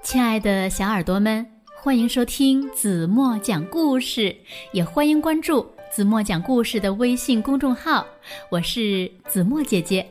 亲爱的小耳朵们，欢迎收听子墨讲故事，也欢迎关注子墨讲故事的微信公众号，我是子墨姐姐。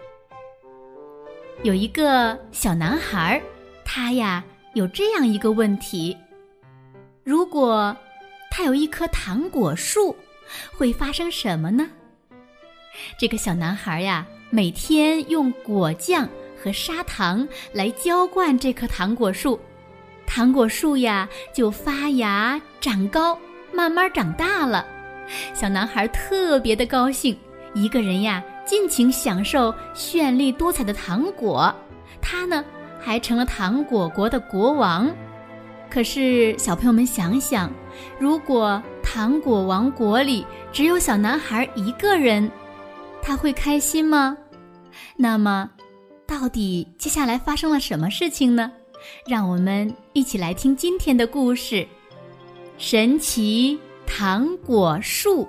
有一个小男孩，他呀有这样一个问题：如果他有一棵糖果树，会发生什么呢？这个小男孩呀，每天用果酱和砂糖来浇灌这棵糖果树，糖果树呀就发芽长高，慢慢长大了。小男孩特别的高兴，一个人呀尽情享受绚丽多彩的糖果，他呢还成了糖果国的国王。可是小朋友们想想，如果糖果王国里只有小男孩一个人，他会开心吗？那么到底接下来发生了什么事情呢？让我们一起来听今天的故事：神奇糖果树。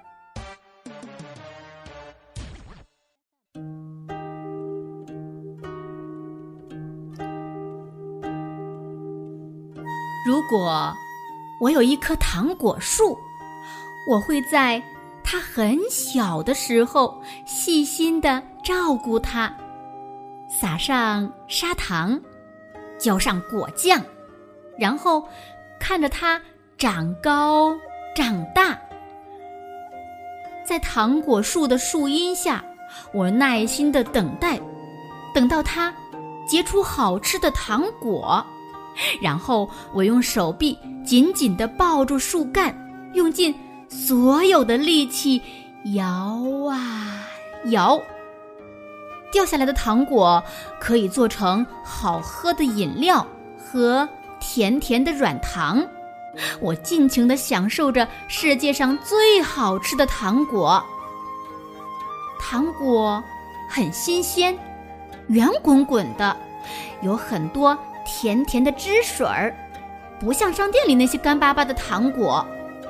如果我有一棵糖果树，我会在它很小的时候细心地照顾它，撒上砂糖，浇上果酱，然后看着它长高长大。在糖果树的树荫下，我耐心地等待，等到它结出好吃的糖果，然后我用手臂紧紧地抱住树干，用尽所有的力气摇啊摇。掉下来的糖果可以做成好喝的饮料和甜甜的软糖，我尽情地享受着世界上最好吃的糖果。糖果很新鲜，圆滚滚的，有很多甜甜的汁水儿，不像商店里那些干巴巴的糖果。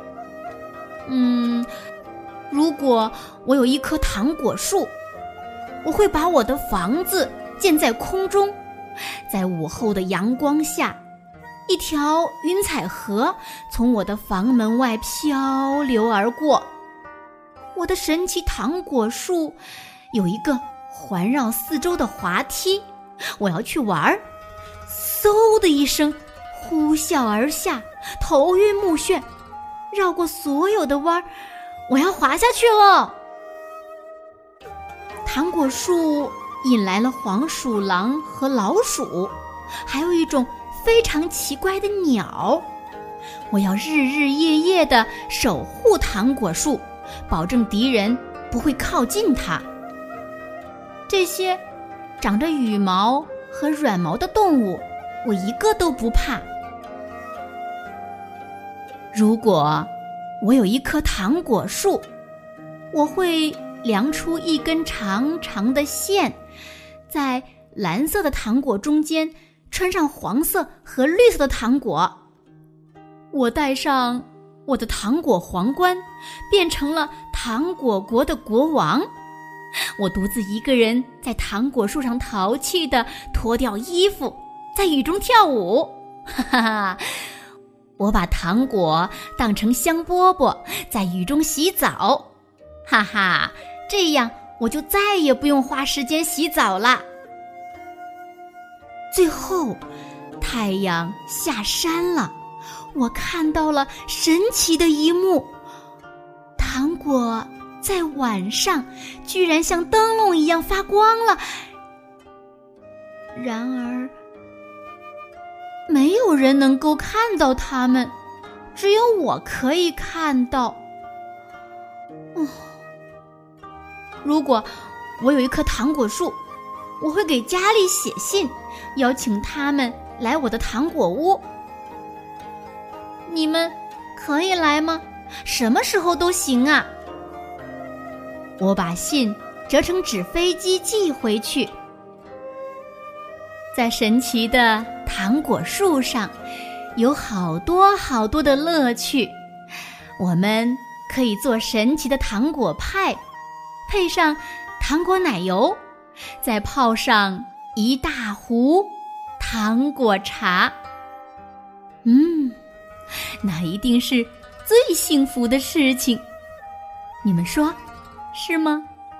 如果我有一棵糖果树，我会把我的房子建在空中，在午后的阳光下，一条云彩河从我的房门外漂流而过。我的神奇糖果树有一个环绕四周的滑梯，我要去玩，嗖的一声呼啸而下，头晕目眩，绕过所有的弯，我要滑下去了。糖果树引来了黄鼠狼和老鼠，还有一种非常奇怪的鸟。我要日日夜夜地守护糖果树，保证敌人不会靠近它。这些长着羽毛和软毛的动物，我一个都不怕。如果我有一棵糖果树，我会量出一根长长的线，在蓝色的糖果中间穿上黄色和绿色的糖果。我戴上我的糖果皇冠，变成了糖果国的国王。我独自一个人在糖果树上淘气地脱掉衣服，在雨中跳舞。哈哈，我把糖果当成香饽饽，在雨中洗澡。哈哈，这样我就再也不用花时间洗澡啦。最后，太阳下山了，我看到了神奇的一幕：糖果在晚上居然像灯笼一样发光了。然而，没有人能够看到它们，只有我可以看到。如果我有一棵糖果树，我会给家里写信，邀请他们来我的糖果屋。你们可以来吗？什么时候都行啊。我把信折成纸飞机寄回去。在神奇的糖果树上，有好多好多的乐趣。我们可以做神奇的糖果派，配上糖果奶油，再泡上一大壶糖糖果茶。那一定是最幸福的事情，你们说是吗？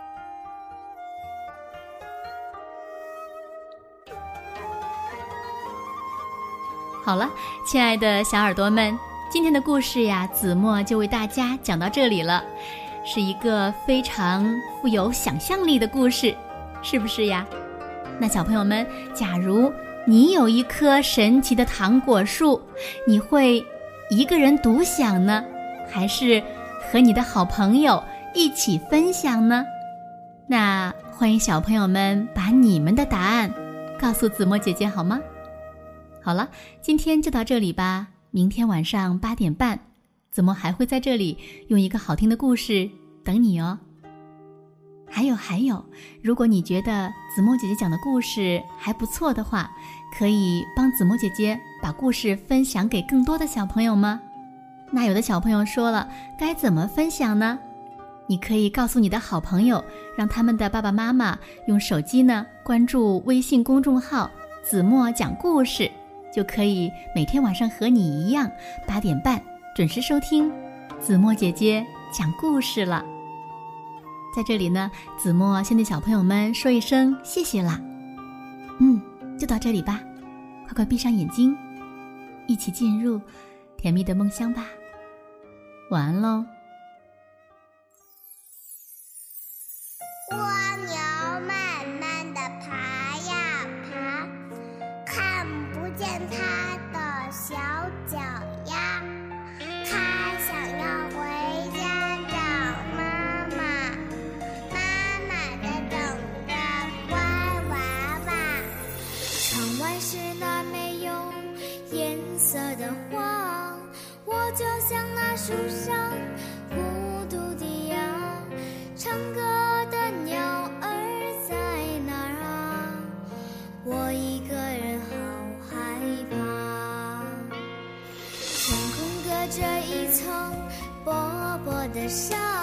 好了，亲爱的小耳朵们，今天的故事呀，子墨就为大家讲到这里了，是一个非常富有想象力的故事，是不是呀？那小朋友们，假如你有一棵神奇的糖果树，你会一个人独享呢，还是和你的好朋友一起分享呢？那欢迎小朋友们把你们的答案告诉子墨姐姐好吗？好了，今天就到这里吧。明天晚上8点半，子墨还会在这里用一个好听的故事等你哦。还有，如果你觉得子墨姐姐讲的故事还不错的话，可以帮子墨姐姐把故事分享给更多的小朋友吗？那有的小朋友说了，该怎么分享呢？你可以告诉你的好朋友，让他们的爸爸妈妈用手机呢关注微信公众号子墨讲故事，就可以每天晚上和你一样8点半准时收听子墨姐姐讲故事了。在这里呢，子墨先对小朋友们说一声谢谢啦。就到这里吧，快快闭上眼睛，一起进入甜蜜的梦乡吧。晚安喽。 蜗牛慢慢地爬呀爬，看不见它的小脚丫，它想要回家找妈妈，妈妈在等着乖娃娃。窗外是那没有颜色的花，我就像那树上孤独的羊，唱歌的鸟儿在哪儿啊？我一个人好害怕。天空隔着一层薄薄的纱，